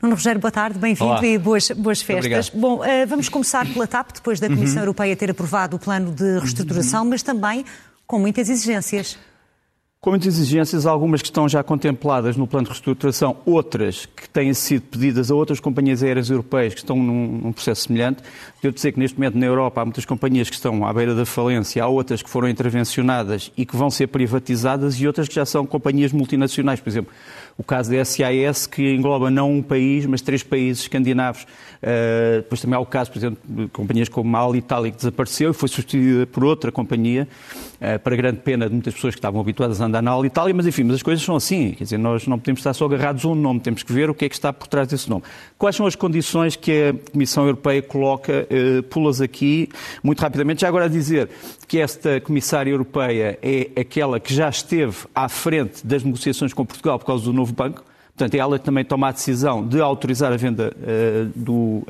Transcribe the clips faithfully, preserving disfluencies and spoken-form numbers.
Nuno Rogério, boa tarde, bem-vindo e boas, boas festas. Obrigado. Bom, uh, vamos começar pela TAP, depois da Comissão uhum. Europeia ter aprovado o plano de reestruturação, uhum. mas também com muitas exigências. Com muitas exigências, algumas que estão já contempladas no plano de reestruturação, outras que têm sido pedidas a outras companhias aéreas europeias que estão num, num processo semelhante. Devo dizer que neste momento na Europa há muitas companhias que estão à beira da falência, há outras que foram intervencionadas e que vão ser privatizadas e outras que já são companhias multinacionais. Por exemplo, o caso da S A S, que engloba não um país, mas três países escandinavos. Uh, depois também há o caso, por exemplo, de companhias como a Alitalia, que desapareceu e foi substituída por outra companhia, uh, para grande pena de muitas pessoas que estavam habituadas a andar na Alitalia, mas enfim, mas as coisas são assim. Quer dizer, nós não podemos estar só agarrados a um nome, temos que ver o que é que está por trás desse nome. Quais são as condições que a Comissão Europeia coloca, uh, pô-las aqui, muito rapidamente. Já agora a dizer que esta Comissária Europeia é aquela que já esteve à frente das negociações com Portugal por causa do novo banco. Portanto, ela também toma a decisão de autorizar a venda uh, do uh,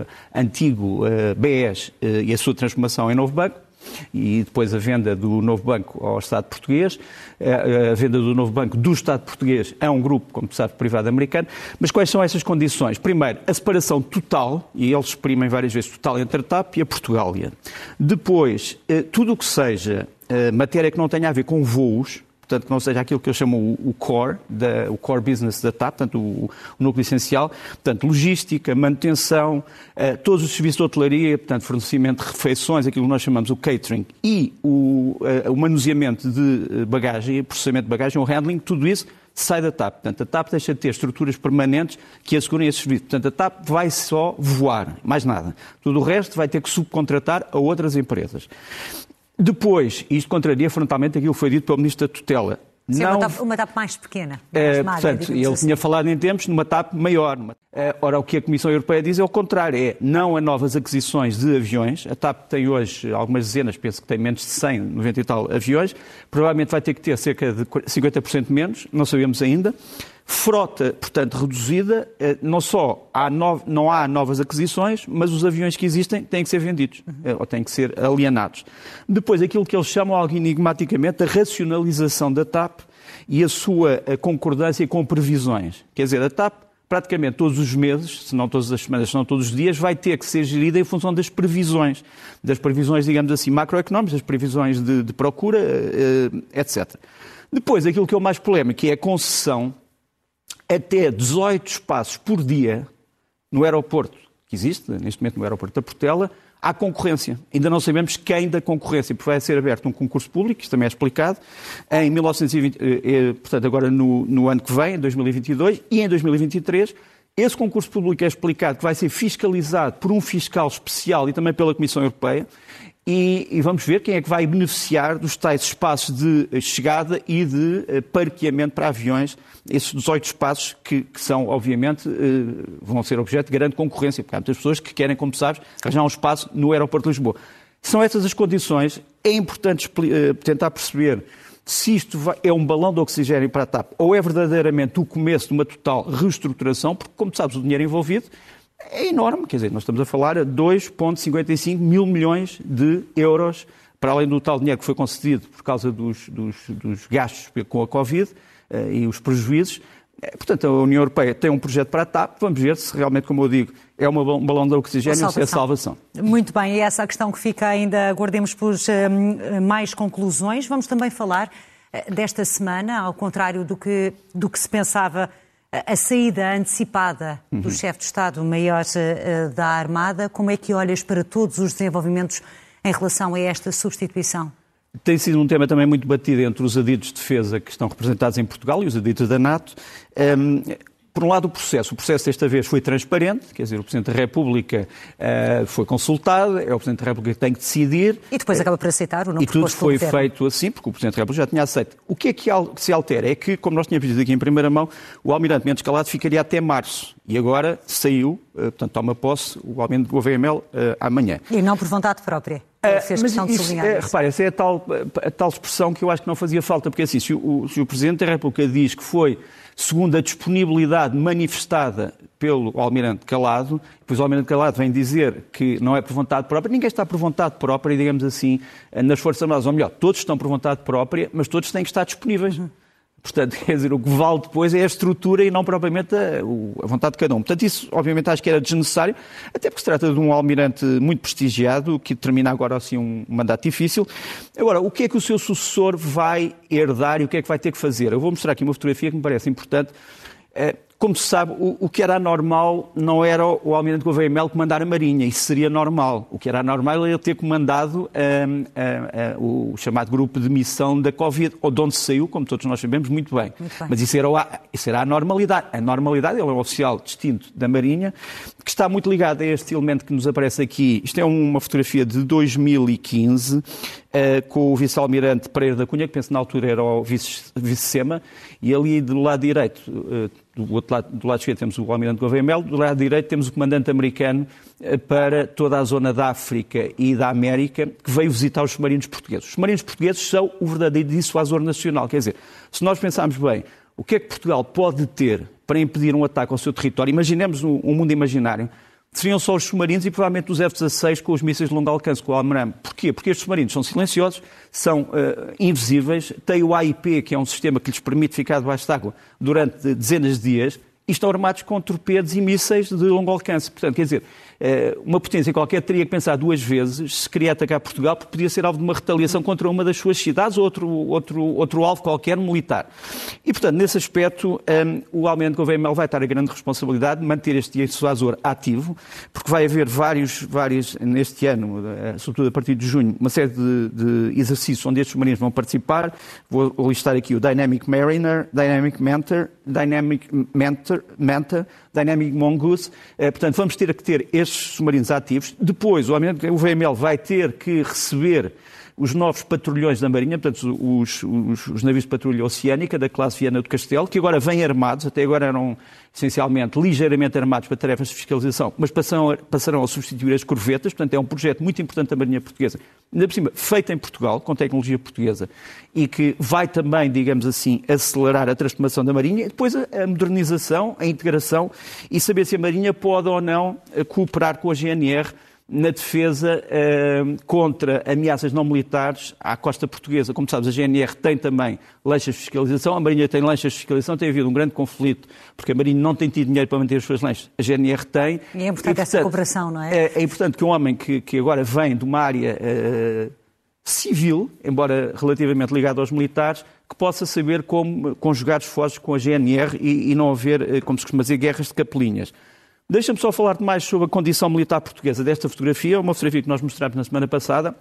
antigo uh, B E S uh, e a sua transformação em novo banco, e depois a venda do novo banco ao Estado português, uh, a venda do novo banco do Estado português a um grupo, como se sabe, privado americano. Mas quais são essas condições? Primeiro, a separação total, e eles exprimem várias vezes total entre a TAP e a Portugália. Depois, uh, tudo o que seja uh, matéria que não tenha a ver com voos, portanto, que não seja aquilo que eu chamo o, o core, da, o core business da TAP, portanto, o, o núcleo essencial, portanto, logística, manutenção, uh, todos os serviços de hotelaria, portanto, fornecimento de refeições, aquilo que nós chamamos o catering, e o, uh, o manuseamento de bagagem, processamento de bagagem, o handling, tudo isso sai da TAP. Portanto, a TAP deixa de ter estruturas permanentes que assegurem esse serviço. Portanto, a TAP vai só voar, mais nada. Tudo o resto vai ter que subcontratar a outras empresas. Depois, isto contraria frontalmente aquilo que foi dito pelo Ministro da Tutela. Sim, não, uma, TAP, uma TAP mais pequena. Mais é, magra, portanto, ele assim. tinha falado em tempos numa TAP maior. É, ora, o que a Comissão Europeia diz é o contrário, é não a novas aquisições de aviões. A TAP tem hoje algumas dezenas, penso que tem menos de cem, noventa e tal aviões. Provavelmente vai ter que ter cerca de cinquenta por cento menos, não sabemos ainda. Frota, portanto, reduzida, não só há no, não há novas aquisições, mas os aviões que existem têm que ser vendidos, uhum. ou têm que ser alienados. Depois, aquilo que eles chamam, algo enigmaticamente, a racionalização da TAP e a sua concordância com previsões. Quer dizer, a TAP, praticamente todos os meses, se não todas as semanas, se não todos os dias, vai ter que ser gerida em função das previsões, das previsões, digamos assim, macroeconómicas, das previsões de, de procura, etcétera. Depois, aquilo que é o mais polémico, que é a concessão até dezoito espaços por dia no aeroporto, que existe neste momento no aeroporto da Portela, há concorrência. Ainda não sabemos quem da concorrência, porque vai ser aberto um concurso público, isto também é explicado, em mil novecentos e vinte, eh, portanto agora no, no ano que vem, em dois mil e vinte e dois, e em dois mil e vinte e três, esse concurso público é explicado que vai ser fiscalizado por um fiscal especial e também pela Comissão Europeia, E, e vamos ver quem é que vai beneficiar dos tais espaços de chegada e de uh, parqueamento para aviões, esses dezoito espaços que, que são, obviamente, uh, vão ser objeto de grande concorrência, porque há muitas pessoas que querem, como sabes, arranjar um espaço no aeroporto de Lisboa. São essas as condições. É importante uh, tentar perceber se isto vai, é um balão de oxigênio para a TAP ou é verdadeiramente o começo de uma total reestruturação, porque, como sabes, o dinheiro envolvido é enorme, quer dizer, nós estamos a falar de dois vírgula cinquenta e cinco mil milhões de euros, para além do tal dinheiro que foi concedido por causa dos, dos, dos gastos com a Covid uh, e os prejuízos. Portanto, a União Europeia tem um projeto para a TAP, vamos ver se realmente, como eu digo, é uma, um balão de oxigênio ou se é salvação. Muito bem, e essa é a questão que fica ainda, aguardemos por uh, mais conclusões. Vamos também falar uh, desta semana, ao contrário do que, do que se pensava, a saída antecipada do uhum. chefe de Estado-Maior uh, da Armada. Como é que olhas para todos os desenvolvimentos em relação a esta substituição? Tem sido um tema também muito batido entre os adidos de defesa que estão representados em Portugal e os adidos da NATO. Um, Por um lado, o processo. O processo desta vez foi transparente, quer dizer, o Presidente da República uh, foi consultado, é o Presidente da República que tem que decidir. E depois acaba por aceitar o não proposto. E tudo foi feito assim, porque o Presidente da República já tinha aceito. O que é que se altera? É que, como nós tínhamos dito aqui em primeira mão, o Almirante Mendes Calado ficaria até março. E agora saiu, uh, portanto, toma posse o Almirante Gouveia Mel uh, amanhã. E não por vontade própria. Uh, fez questão de sublinhar é, isso. Repara, essa é a tal, a tal expressão que eu acho que não fazia falta, porque assim, se o, se o Presidente da República diz que foi segundo a disponibilidade manifestada pelo Almirante Calado, depois o Almirante Calado vem dizer que não é por vontade própria, ninguém está por vontade própria, digamos assim, nas Forças Armadas, ou melhor, todos estão por vontade própria, mas todos têm que estar disponíveis. Portanto, quer dizer, o que vale depois é a estrutura e não propriamente a, a vontade de cada um. Portanto, isso obviamente acho que era desnecessário, até porque se trata de um almirante muito prestigiado, que termina agora assim um mandato difícil. Agora, o que é que o seu sucessor vai herdar e o que é que vai ter que fazer? Eu vou mostrar aqui uma fotografia que me parece importante. Como se sabe, o, o que era anormal não era o almirante Gouveia Melo comandar a Marinha, isso seria normal. O que era anormal era ele ter comandado um, uh, uh, o chamado grupo de missão da Covid, ou de onde saiu, como todos nós sabemos, muito bem. Muito bem. Mas isso era, o, isso era a normalidade. A normalidade, ele é um oficial distinto da Marinha, que está muito ligado a este elemento que nos aparece aqui. Isto é uma fotografia de dois mil e quinze, uh, com o vice-almirante Pereira da Cunha, que penso na altura era o vice-sema, e ali do lado direito... Uh, Do, outro lado, do lado esquerdo temos o almirante Gouveia Melo, do lado direito temos o comandante americano para toda a zona da África e da América, que veio visitar os submarinos portugueses. Os submarinos portugueses são o verdadeiro dissuasor nacional. Quer dizer, se nós pensarmos bem, o que é que Portugal pode ter para impedir um ataque ao seu território? Imaginemos um, um mundo imaginário. Seriam só os submarinos e provavelmente os F dezasseis com os mísseis de longo alcance, com o Almirante. Porquê? Porque estes submarinos são silenciosos, são uh, invisíveis, têm o A I P, que é um sistema que lhes permite ficar debaixo de água durante dezenas de dias, e estão armados com torpedos e mísseis de longo alcance. Portanto, quer dizer, uma potência qualquer teria que pensar duas vezes se queria atacar Portugal, porque podia ser alvo de uma retaliação contra uma das suas cidades ou outro, outro, outro alvo qualquer militar. E, portanto, nesse aspecto, um, o almirante Gouveia Melo vai estar a grande responsabilidade de manter este dissuasor ativo, porque vai haver vários, vários neste ano, sobretudo a partir de junho, uma série de, de exercícios onde estes submarinos vão participar. Vou listar aqui o Dynamic Mariner, Dynamic Mentor, Dynamic Mentor, Manta, Dynamic Mongoose. Eh, portanto, vamos ter que ter estes submarinos ativos. Depois, o almirante Gouveia Melo vai ter que receber os novos patrulhões da Marinha, portanto, os, os, os navios de patrulha oceânica da classe Viana do Castelo, que agora vêm armados, até agora eram essencialmente ligeiramente armados para tarefas de fiscalização, mas passarão a, passarão a substituir as corvetas. Portanto, é um projeto muito importante da Marinha Portuguesa, ainda por cima, feito em Portugal, com tecnologia portuguesa, e que vai também, digamos assim, acelerar a transformação da Marinha, e depois a, a modernização, a integração, e saber se a Marinha pode ou não cooperar com a G N R na defesa eh, contra ameaças não militares à costa portuguesa. Como sabes, a G N R tem também lanchas de fiscalização, a Marinha tem lanchas de fiscalização, tem havido um grande conflito, porque a Marinha não tem tido dinheiro para manter as suas lanchas, a G N R tem. E é importante e, essa cooperação, não é? É, é importante que um homem que, que agora vem de uma área eh, civil, embora relativamente ligado aos militares, que possa saber como conjugar esforços com a G N R e, e não haver, como se costuma dizer, guerras de capelinhas. Deixa-me só falar mais sobre a condição militar portuguesa desta fotografia, uma fotografia que nós mostramos na semana passada.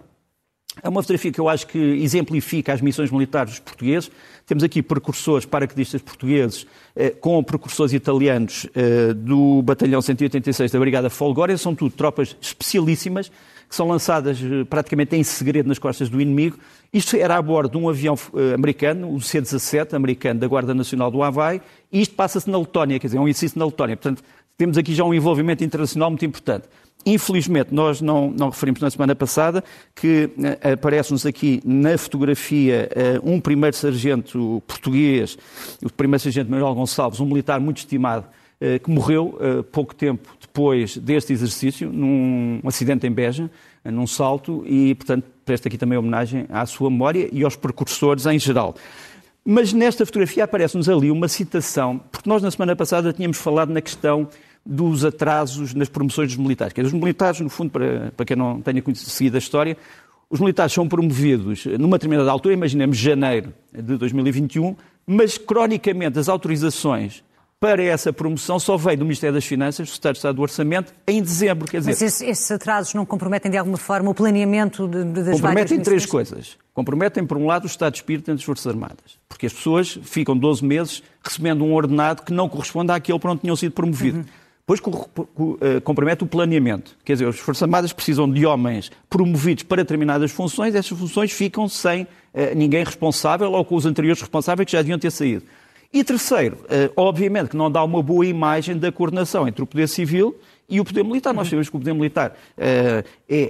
É uma fotografia que eu acho que exemplifica as missões militares dos portugueses. Temos aqui precursores, paraquedistas portugueses, eh, com precursores italianos eh, do Batalhão cento e oitenta e seis da Brigada Folgória. São tudo tropas especialíssimas, que são lançadas eh, praticamente em segredo nas costas do inimigo. Isto era a bordo de um avião eh, americano, o C dezassete, americano da Guarda Nacional do Havaí, e isto passa-se na Letónia, quer dizer, é um exercício na Letónia. Portanto, temos aqui já um envolvimento internacional muito importante. Infelizmente, nós não, não referimos na semana passada que uh, aparece-nos aqui na fotografia uh, um primeiro sargento português, o primeiro sargento Manuel Gonçalves, um militar muito estimado, uh, que morreu uh, pouco tempo depois deste exercício, num um acidente em Beja, uh, num salto, e, portanto, presta aqui também homenagem à sua memória e aos precursores em geral. Mas nesta fotografia aparece-nos ali uma citação, porque nós na semana passada tínhamos falado na questão dos atrasos nas promoções dos militares. Quer dizer, os militares, no fundo, para, para quem não tenha conhecido a história, os militares são promovidos numa determinada altura, imaginemos janeiro de dois mil e vinte e um, mas cronicamente as autorizações para essa promoção só vem do Ministério das Finanças, do Estado de Estado do Orçamento, em dezembro. Quer dizer, mas esses, esses atrasos não comprometem de alguma forma o planeamento de, de, das várias comprometem missões? três coisas. Comprometem, por um lado, o estado de espírito entre as Forças Armadas. Porque as pessoas ficam doze meses recebendo um ordenado que não corresponde àquele para onde tinham sido promovidos. Uhum. Depois compromete o planeamento. Quer dizer, as Forças Armadas precisam de homens promovidos para determinadas funções, essas funções ficam sem uh, ninguém responsável ou com os anteriores responsáveis que já deviam ter saído. E terceiro, uh, obviamente que não dá uma boa imagem da coordenação entre o poder civil e o poder militar. Uhum. Nós sabemos que o poder militar uh,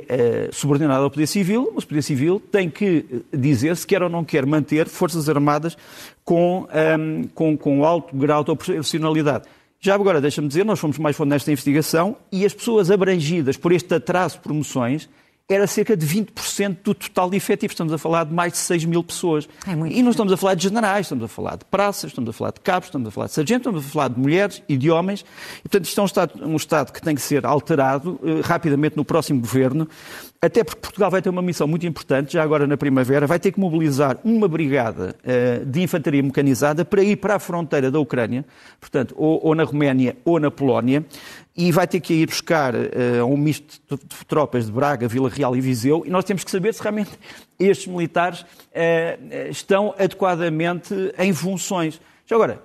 é uh, subordinado ao poder civil, mas o poder civil tem que dizer se quer ou não quer manter Forças Armadas com, um, com, com alto grau de profissionalidade. Já agora, deixa-me dizer, nós fomos mais fundo nesta investigação e as pessoas abrangidas por este atraso de promoções era cerca de vinte por cento do total de efetivos. Estamos a falar de mais de seis mil pessoas. É muito e não estamos a falar de generais, estamos a falar de praças, estamos a falar de cabos, estamos a falar de sargentos, estamos a falar de mulheres e de homens. E, portanto, isto é um Estado, um Estado que tem que ser alterado uh, rapidamente no próximo governo, até porque Portugal vai ter uma missão muito importante, já agora na primavera, vai ter que mobilizar uma brigada uh, de infantaria mecanizada para ir para a fronteira da Ucrânia, portanto, ou, ou na Roménia ou na Polónia, e vai ter que ir buscar uh, um misto de tropas de Braga, Vila Real e Viseu, e nós temos que saber se realmente estes militares uh, estão adequadamente em funções. Já agora,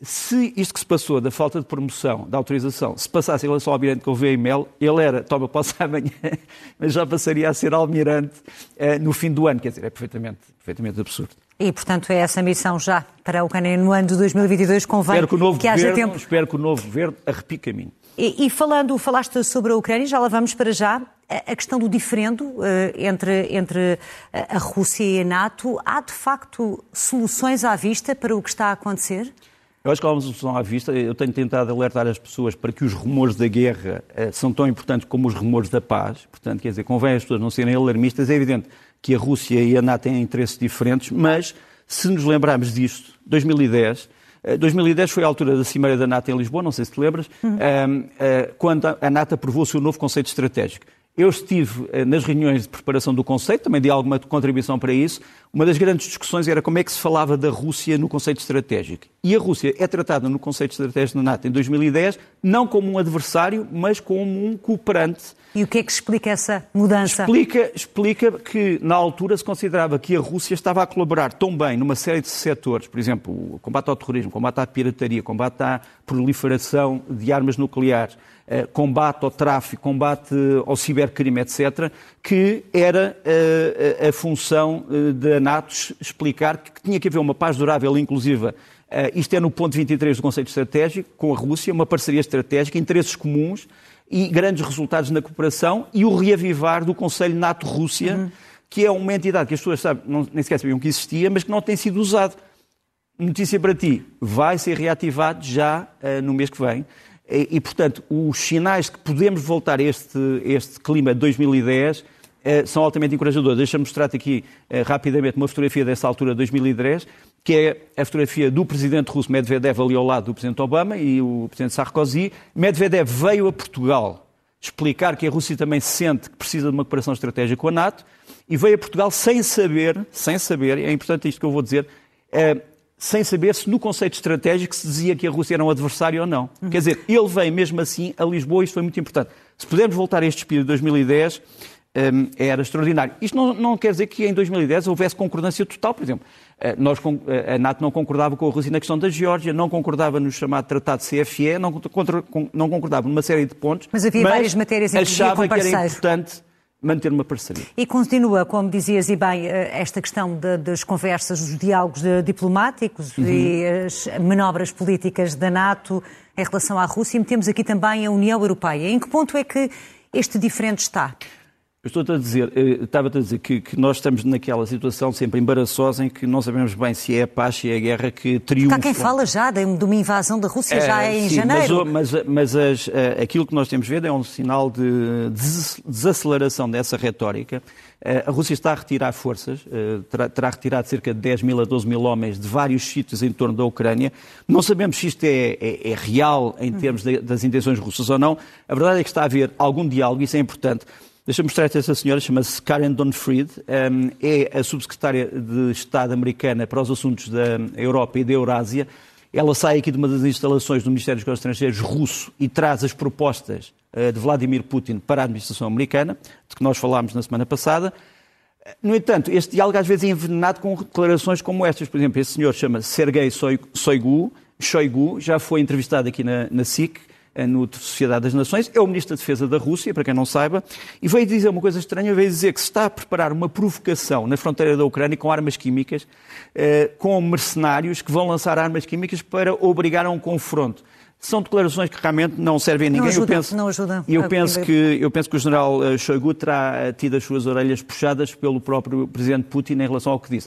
se isto que se passou da falta de promoção, da autorização, se passasse em relação ao almirante Gouveia e Melo, ele era, toma posse amanhã, mas já passaria a ser almirante uh, no fim do ano, quer dizer, é perfeitamente, perfeitamente absurdo. E, portanto, é essa missão já para a Ucrânia no ano de dois mil e vinte e dois, convém espero que, o novo que haja governo, tempo. Espero que o novo governo arrepie caminho. E, e falando, falaste sobre a Ucrânia, já lá vamos para já, a, a questão do diferendo uh, entre, entre a Rússia e a NATO, há de facto soluções à vista para o que está a acontecer? Eu acho que há uma solução à vista. Eu tenho tentado alertar as pessoas para que os rumores da guerra uh, são tão importantes como os rumores da paz. Portanto, quer dizer, convém as pessoas não serem alarmistas. É evidente que a Rússia e a NATO têm interesses diferentes, mas se nos lembrarmos disto, dois mil e dez... dois mil e dez foi a altura da Cimeira da NATO em Lisboa, não sei se te lembras, uhum. quando a NATO aprovou o seu novo conceito estratégico. Eu estive nas reuniões de preparação do conceito, também dei alguma contribuição para isso. Uma das grandes discussões era como é que se falava da Rússia no conceito estratégico. E a Rússia é tratada no conceito estratégico da NATO em dois mil e dez, não como um adversário, mas como um cooperante. E o que é que explica essa mudança? Explica, explica que, na altura, se considerava que a Rússia estava a colaborar tão bem numa série de setores, por exemplo, o combate ao terrorismo, o combate à pirataria, o combate à proliferação de armas nucleares, combate ao tráfico, combate ao cibercrime, etcétera, que era a, a, a função da NATO explicar que tinha que haver uma paz durável e inclusiva. Isto é no ponto vinte e três do conceito estratégico, com a Rússia, uma parceria estratégica, interesses comuns e grandes resultados na cooperação e o reavivar do Conselho NATO-Rússia, uhum. que é uma entidade que as pessoas sabem, não, nem sequer sabiam que existia, mas que não tem sido usado. Notícia para ti, vai ser reativado já uh, no mês que vem. E, e, portanto, os sinais de que podemos voltar a este, este clima de dois mil e dez uh, são altamente encorajadores. Deixa-me mostrar-te aqui uh, rapidamente uma fotografia dessa altura de dois mil e dez, que é a fotografia do presidente russo Medvedev ali ao lado do presidente Obama e o presidente Sarkozy. Medvedev veio a Portugal explicar que a Rússia também sente que precisa de uma cooperação estratégica com a NATO e veio a Portugal sem saber, sem saber, é importante isto que eu vou dizer, uh, sem saber se no conceito estratégico se dizia que a Rússia era um adversário ou não. Uhum. Quer dizer, ele veio mesmo assim a Lisboa e isto foi muito importante. Se pudermos voltar a este espírito de dois mil e dez, um, era extraordinário. Isto não, não quer dizer que em dois mil e dez houvesse concordância total, por exemplo. Nós, a NATO não concordava com a Rússia na questão da Geórgia, não concordava no chamado Tratado C F E, não, não concordava numa série de pontos, mas havia mas várias matérias em que achava com que era importante manter uma parceria. E continua, como dizias e bem, esta questão de, das conversas, os diálogos diplomáticos uhum. e as manobras políticas da NATO em relação à Rússia, e metemos aqui também a União Europeia. Em que ponto é que este diferente está? Eu estou-te a dizer, estava-te a dizer que, que nós estamos naquela situação sempre embaraçosa em que não sabemos bem se é a paz, se é a guerra que triunfa. Porque há quem fala já de, de uma invasão da Rússia é, já é em sim, janeiro. Mas, mas, mas as, aquilo que nós temos a ver é um sinal de desaceleração dessa retórica. A Rússia está a retirar forças, terá, terá retirado cerca de dez mil a doze mil homens de vários sítios em torno da Ucrânia. Não sabemos se isto é, é, é real em termos de, das intenções russas ou não. A verdade é que está a haver algum diálogo, isso é importante. Deixa-me mostrar-te essa senhora, chama-se Karen Donfried, é a subsecretária de Estado americana para os assuntos da Europa e da Eurásia. Ela sai aqui de uma das instalações do Ministério dos Negócios Estrangeiros russo e traz as propostas de Vladimir Putin para a administração americana, de que nós falámos na semana passada. No entanto, este diálogo às vezes é envenenado com declarações como estas. Por exemplo, esse senhor chama-se Sergei Shoigu, Shoigu, já foi entrevistado aqui na, na S I C, no Sociedade das Nações, é o Ministro da Defesa da Rússia, para quem não saiba, e veio dizer uma coisa estranha, veio dizer que se está a preparar uma provocação na fronteira da Ucrânia com armas químicas, eh, com mercenários que vão lançar armas químicas para obrigar a um confronto. São declarações que realmente não servem a ninguém. Não ajuda, eu penso, não ajuda. Eu penso, que, eu penso que o general Shoigu terá tido as suas orelhas puxadas pelo próprio presidente Putin em relação ao que disse.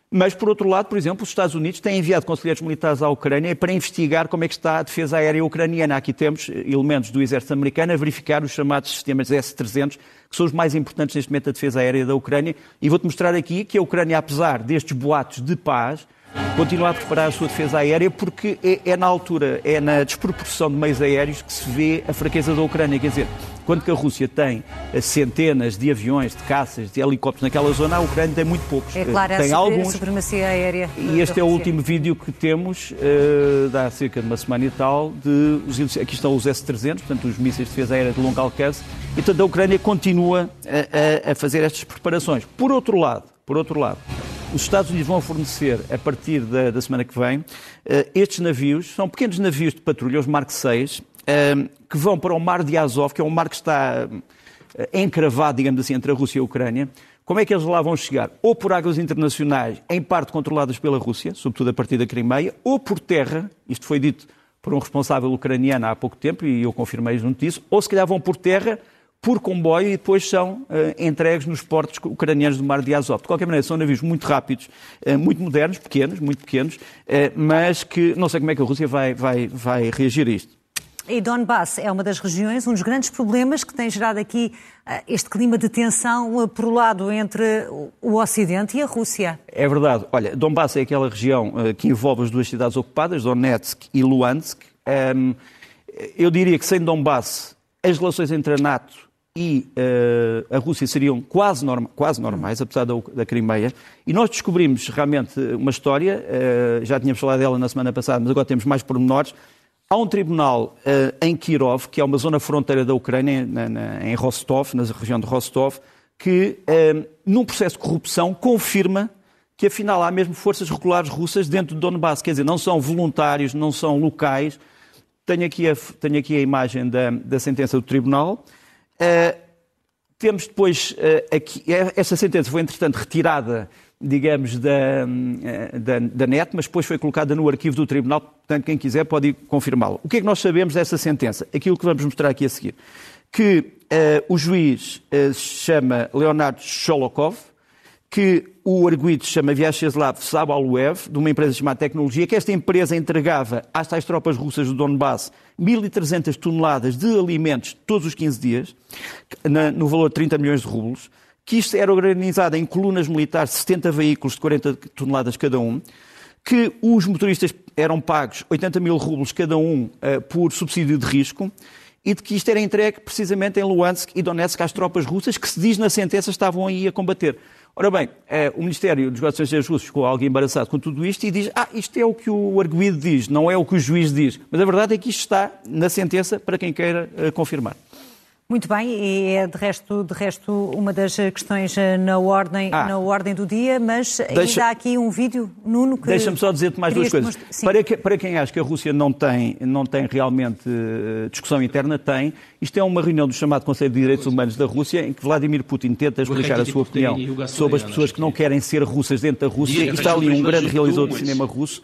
Mas, por outro lado, por exemplo, os Estados Unidos têm enviado conselheiros militares à Ucrânia para investigar como é que está a defesa aérea ucraniana. Aqui temos elementos do exército americano a verificar os chamados sistemas S trezentos, que são os mais importantes neste momento da defesa aérea da Ucrânia. E vou-te mostrar aqui que a Ucrânia, apesar destes boatos de paz, continua a preparar a sua defesa aérea porque é, é na altura, é na desproporção de meios aéreos que se vê a fraqueza da Ucrânia. Quer dizer, quando que a Rússia tem centenas de aviões, de caças, de helicópteros naquela zona, a Ucrânia tem muito poucos. É claro, tem a alguns. supremacia aérea. E este é o último vídeo que temos, uh, há cerca de uma semana e tal, de, aqui estão os S trezentos, portanto os mísseis de defesa aérea de longo alcance, e portanto a Ucrânia continua a, a, a fazer estas preparações. Por outro lado, por outro lado, os Estados Unidos vão fornecer, a partir da, da semana que vem, uh, estes navios, são pequenos navios de patrulha, os Mark seis, uh, que vão para o Mar de Azov, que é um mar que está uh, encravado, digamos assim, entre a Rússia e a Ucrânia. Como é que eles lá vão chegar? Ou por águas internacionais, em parte controladas pela Rússia, sobretudo a partir da Crimeia, ou por terra, isto foi dito por um responsável ucraniano há pouco tempo, e eu confirmei junto disso, ou se calhar vão por terra, por comboio, e depois são uh, entregues nos portos ucranianos do Mar de Azov. De qualquer maneira, são navios muito rápidos, uh, muito modernos, pequenos, muito pequenos, uh, mas que não sei como é que a Rússia vai, vai, vai reagir a isto. E Donbass é uma das regiões, um dos grandes problemas que tem gerado aqui uh, este clima de tensão uh, por o lado entre o Ocidente e a Rússia. É verdade. Olha, Donbass é aquela região uh, que envolve as duas cidades ocupadas, Donetsk e Luhansk. Um, eu diria que sem Donbass as relações entre a NATO e uh, a Rússia seriam quase, norma, quase normais, apesar da, da Crimeia. E nós descobrimos realmente uma história, uh, já tínhamos falado dela na semana passada, mas agora temos mais pormenores. Há um tribunal uh, em Kirov, que é uma zona fronteira da Ucrânia, na, na, em Rostov, na região de Rostov, que, uh, num processo de corrupção, confirma que, afinal, há mesmo forças regulares russas dentro de Donbass. Quer dizer, não são voluntários, não são locais. Tenho aqui a, tenho aqui a imagem da, da sentença do tribunal. Uh, temos depois, uh, aqui, esta sentença foi, entretanto, retirada, digamos, da, da, da net, mas depois foi colocada no arquivo do tribunal, portanto, quem quiser pode confirmá-lo. O que é que nós sabemos dessa sentença? Aquilo que vamos mostrar aqui a seguir. Que uh, o juiz uh, se chama Leonard Sholokov, que o arguido se chama Vyacheslav Sabaluev, de uma empresa chamada Tecnologia, que esta empresa entregava às tais tropas russas do Donbass mil e trezentas toneladas de alimentos todos os quinze dias, na, no valor de trinta milhões de rublos, que isto era organizado em colunas militares, setenta veículos de quarenta toneladas cada um, que os motoristas eram pagos oitenta mil rublos cada um uh, por subsídio de risco, e de que isto era entregue precisamente em Luhansk e Donetsk às tropas russas, que se diz na sentença estavam aí a combater. Ora bem, eh, o Ministério dos Negócios Estrangeiros russos ficou algo embaraçado com tudo isto e diz, ah, isto é o que o arguido diz, não é o que o juiz diz. Mas a verdade é que isto está na sentença para quem queira eh, confirmar. Muito bem, e é de resto, de resto uma das questões na ordem, ah, na ordem do dia, mas deixa, ainda há aqui um vídeo, Nuno, que... Deixa-me só dizer-te mais duas coisas. Para, que, para quem acha que a Rússia não tem, não tem realmente uh, discussão interna, tem. Isto é uma reunião do chamado Conselho de Direitos Humanos da Rússia, em que Vladimir Putin tenta explicar a sua opinião sobre as pessoas que não querem ser russas dentro da Rússia. E está ali um grande realizador de cinema russo,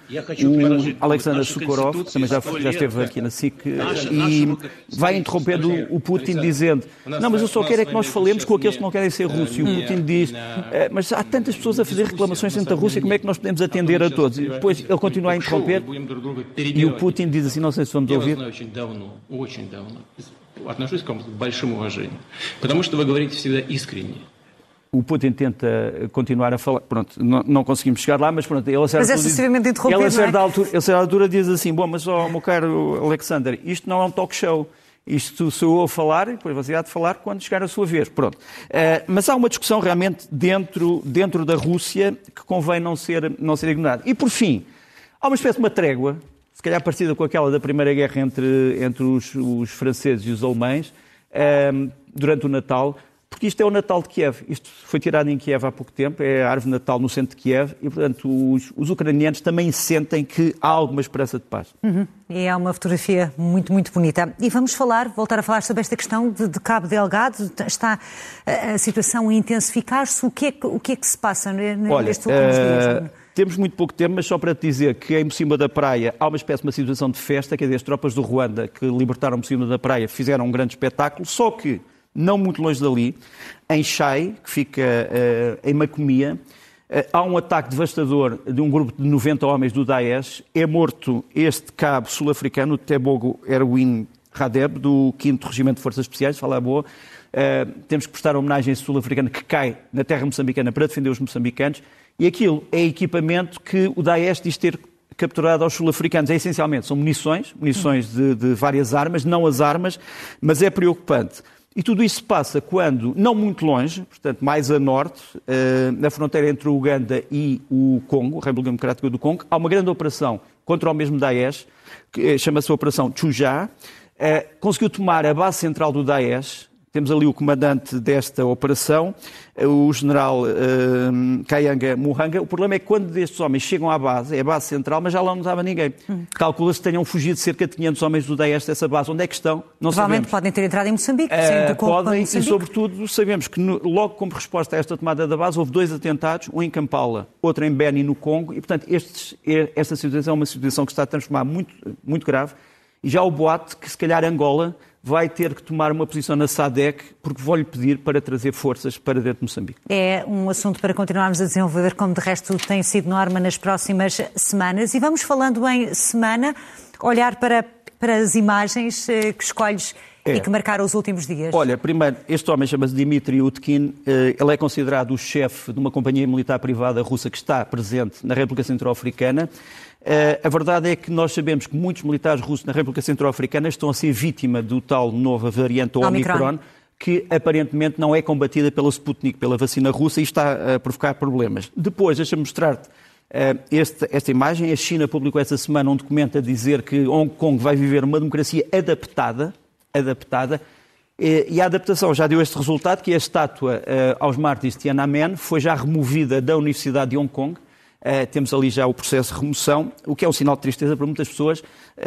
o Alexander Sukhorov, que também já, já esteve aqui na S I C, e vai interrompendo o Putin, dizendo, não, mas eu só quero é que nós falemos com aqueles que não querem ser russos. E o Putin diz, mas há tantas pessoas a fazer reclamações dentro da Rússia, como é que nós podemos atender a todos? E depois ele continua a interromper e o Putin diz assim, não sei se vamos ouvir. Отношусь к вам с большим уважением, потому что вы говорите всегда искренне. O Putin tenta continuar a falar, pronto, não, não conseguimos chegar lá, mas pronto, ele a certa, mas é sucessivamente interrompido, ele a certa, não é? altura, ele a certa altura diz assim, bom, mas ó, meu caro Alexander, isto não é um talk show, isto sou eu a falar, e depois você há de falar quando chegar a sua vez, pronto. Uh, mas há uma discussão realmente dentro, dentro da Rússia que convém não ser, não ser ignorada. E por fim, há uma espécie de uma trégua, se calhar parecida com aquela da Primeira Guerra entre, entre os, os franceses e os alemães, um, durante o Natal, porque isto é o Natal de Kiev. Isto foi tirado em Kiev há pouco tempo, é a árvore de Natal no centro de Kiev, e, portanto, os, os ucranianos também sentem que há alguma esperança de paz. Uhum. E é uma fotografia muito, muito bonita. E vamos falar, voltar a falar sobre esta questão de, de Cabo Delgado. Está a, a situação a intensificar-se. O que é que, o que, é que se passa nestes Olha, últimos uh... dias? Temos muito pouco tempo, mas só para te dizer que em Mocimboa da Praia há uma espécie de uma situação de festa, que é as tropas do Ruanda que libertaram Mocimboa da Praia fizeram um grande espetáculo, só que, não muito longe dali, em Chai, que fica uh, em Macomia, Há um ataque devastador de um grupo de noventa homens do Daesh. É morto este cabo sul-africano, Tebogo Erwin Radeb, do quinto Regimento de Forças Especiais, fala a boa. Uh, temos que prestar homenagem a esse sul-africano que cai na terra moçambicana para defender os moçambicanos. E aquilo é equipamento que o Daesh diz ter capturado aos sul-africanos. É essencialmente, são munições, munições de, de várias armas, não as armas, mas é preocupante. E tudo isso se passa quando, não muito longe, portanto mais a norte, na fronteira entre o Uganda e o Congo, a República Democrática do Congo, há uma grande operação contra o mesmo Daesh, que chama-se a Operação Tchujá, conseguiu tomar a base central do Daesh. Temos ali o comandante desta operação, o general uh, Kayanga Muhanga. O problema é que quando estes homens chegam à base, é a base central, mas já lá não estava ninguém. Hum. Calcula-se que tenham fugido cerca de quinhentos homens do Daesh dessa base. Onde é que estão? Não Provavelmente sabemos. Podem ter entrado em Moçambique. Uh, sim, podem, Moçambique. E sobretudo sabemos que no, logo como resposta a esta tomada da base houve dois atentados, um em Kampala, outro em Beni, no Congo, e portanto estes, esta situação é uma situação que está a transformar muito, muito grave. E já o boato que se calhar Angola vai ter que tomar uma posição na SADC, porque vou-lhe pedir para trazer forças para dentro de Moçambique. É um assunto para continuarmos a desenvolver, como de resto tem sido norma nas próximas semanas. E vamos falando em semana, olhar para, para as imagens que escolhes é. e que marcaram os últimos dias. Olha, primeiro, este homem chama-se Dmitry Utkin, ele é considerado o chefe de uma companhia militar privada russa que está presente na República Centro-Africana. Uh, a verdade é que nós sabemos que muitos militares russos na República Centro-Africana estão a ser vítima do tal nova variante Omicron, Omicron, que aparentemente não é combatida pela Sputnik, pela vacina russa, e está a provocar problemas. Depois, deixa-me mostrar-te uh, este, esta imagem. A China publicou essa semana um documento a dizer que Hong Kong vai viver uma democracia adaptada, adaptada, e a adaptação já deu este resultado, que a estátua uh, aos mártires de Tiananmen foi já removida da Universidade de Hong Kong. Uh, temos ali já o processo de remoção, o que é um sinal de tristeza para muitas pessoas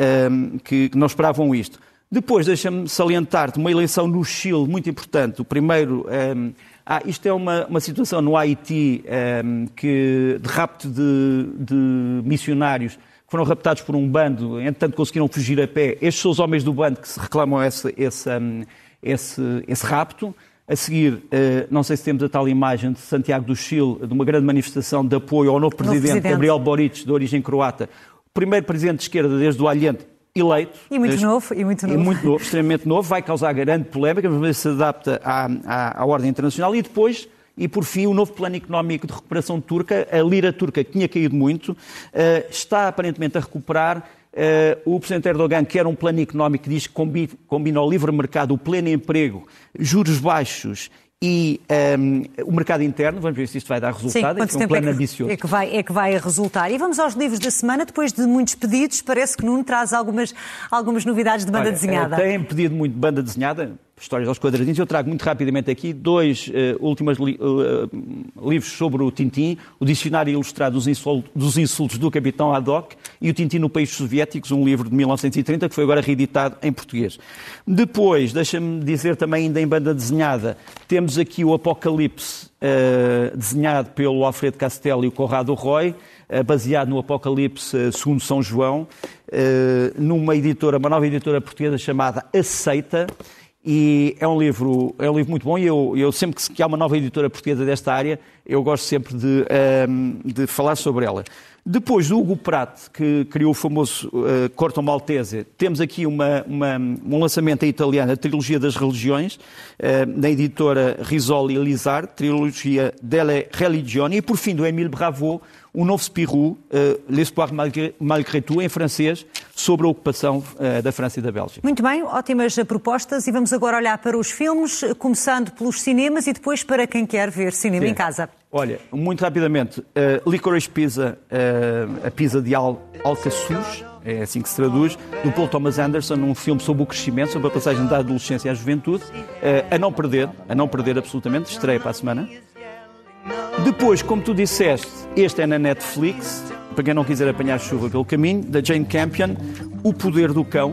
uh, que, que não esperavam isto. Depois, deixa-me salientar-te uma eleição no Chile muito importante. O primeiro... Um, ah, isto é uma, uma situação no Haiti um, que, de rapto de, de missionários que foram raptados por um bando, entretanto conseguiram fugir a pé. Estes são os homens do bando que se reclamam esse, esse, um, esse, esse rapto. A seguir, não sei se temos a tal imagem de Santiago do Chile, de uma grande manifestação de apoio ao novo presidente, novo presidente. Gabriel Boric, de origem croata, o primeiro presidente de esquerda desde o Allende, eleito. E muito novo, e muito novo. E muito novo, extremamente novo, vai causar grande polémica, mas se adapta à, à, à ordem internacional. E depois, e por fim, o novo plano económico de recuperação turca, a lira turca, que tinha caído muito, está aparentemente a recuperar. Uh, o presidente Erdogan quer um plano económico que diz que combina, combina ao livre mercado, o pleno emprego, juros baixos e um, o mercado interno. Vamos ver se isto vai dar resultado. Sim, é um plano é que, ambicioso. É que, vai, é que vai resultar. E vamos aos livros da semana. Depois de muitos pedidos, parece que Nuno traz algumas, algumas novidades de banda Olha, desenhada. Tem pedido muito de banda desenhada, histórias aos quadradinhos. Eu trago muito rapidamente aqui dois uh, últimos li uh, livros sobre o Tintin, o Dicionário Ilustrado dos Insultos, dos Insultos do Capitão Haddock e o Tintin no País Soviéticos, um livro de mil novecentos e trinta que foi agora reeditado em português. Depois, deixa-me dizer também ainda em banda desenhada, temos aqui o Apocalipse, uh, desenhado pelo Alfredo Castelli e o Conrado Roy, uh, baseado no Apocalipse uh, segundo São João, uh, numa editora, uma nova editora portuguesa chamada Aceita. E é um livro, é um livro muito bom e eu, eu sempre que há uma nova editora portuguesa desta área, eu gosto sempre de, um, de falar sobre ela. Depois do Hugo Pratt, que criou o famoso uh, Corto Maltese, temos aqui uma, uma, um lançamento em italiano, a Trilogia das Religiões, uh, da editora Risoli e Lizard, Trilogia delle Religioni, e por fim do Émile Bravo, um novo Spirou, uh, L'Espoir malgré, malgré tout, em francês, sobre a ocupação uh, da França e da Bélgica. Muito bem, ótimas propostas, e vamos agora olhar para os filmes, começando pelos cinemas e depois para quem quer ver cinema Sim. em casa. Olha, muito rapidamente, uh, Licorice Pizza, uh, a pizza de Al Alcaçuz, é assim que se traduz, do Paul Thomas Anderson, um filme sobre o crescimento, sobre a passagem da adolescência à juventude, uh, a não perder, a não perder absolutamente, estreia para a semana. Depois, como tu disseste, este é na Netflix, para quem não quiser apanhar chuva pelo caminho, da Jane Campion, O Poder do Cão.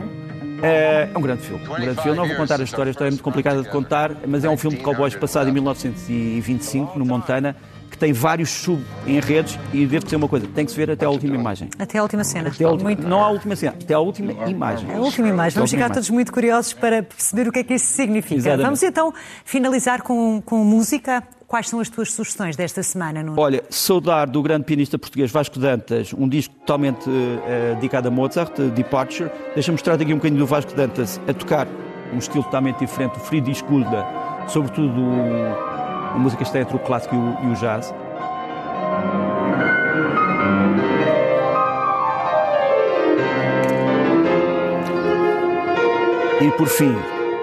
É um grande filme, um grande filme. Não vou contar a história, a história é muito complicada de contar, mas é um filme de cowboys passado em mil novecentos e vinte e cinco, no Montana, que tem vários sub-enredos e devo dizer uma coisa, tem que se ver até a última imagem. Até a última cena. Até a última, muito... Não a última cena, até a última imagem. A última imagem. Vamos ficar todos muito curiosos para perceber o que é que isso significa. Exatamente. Vamos então finalizar com, com música. Quais são as tuas sugestões desta semana, Nuno? Olha, saudar do grande pianista português Vasco Dantas, um disco totalmente uh, dedicado a Mozart, Departure. Deixa-me mostrar aqui um bocadinho do Vasco Dantas a tocar um estilo totalmente diferente, o Friedrich Gulda, sobretudo a música está entre o clássico e o, e o jazz. E por fim,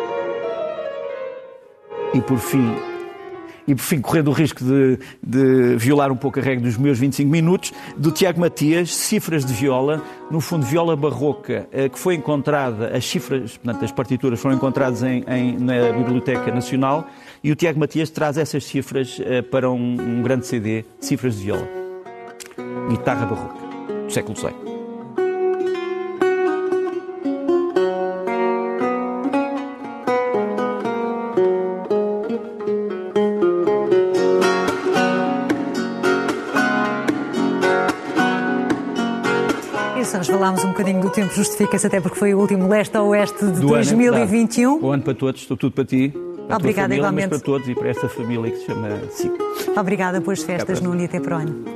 e por fim, e por fim, correndo o risco de, de violar um pouco a regra dos meus vinte e cinco minutos, do Tiago Matias, Cifras de Viola, no fundo viola barroca, que foi encontrada, as cifras, portanto, as partituras foram encontradas em, em, na Biblioteca Nacional, e o Tiago Matias traz essas cifras para um, um grande C D, Cifras de Viola, guitarra barroca, do século dezoito. Nós falámos um bocadinho do tempo, justifica-se até porque foi o último leste a oeste de dois mil e vinte e um. Bom ano para todos, estou tudo para ti. Para Obrigada, família, igualmente. Mas para todos e para esta família que se chama S I C. Obrigada, boas festas, Nuno, e até para o ano.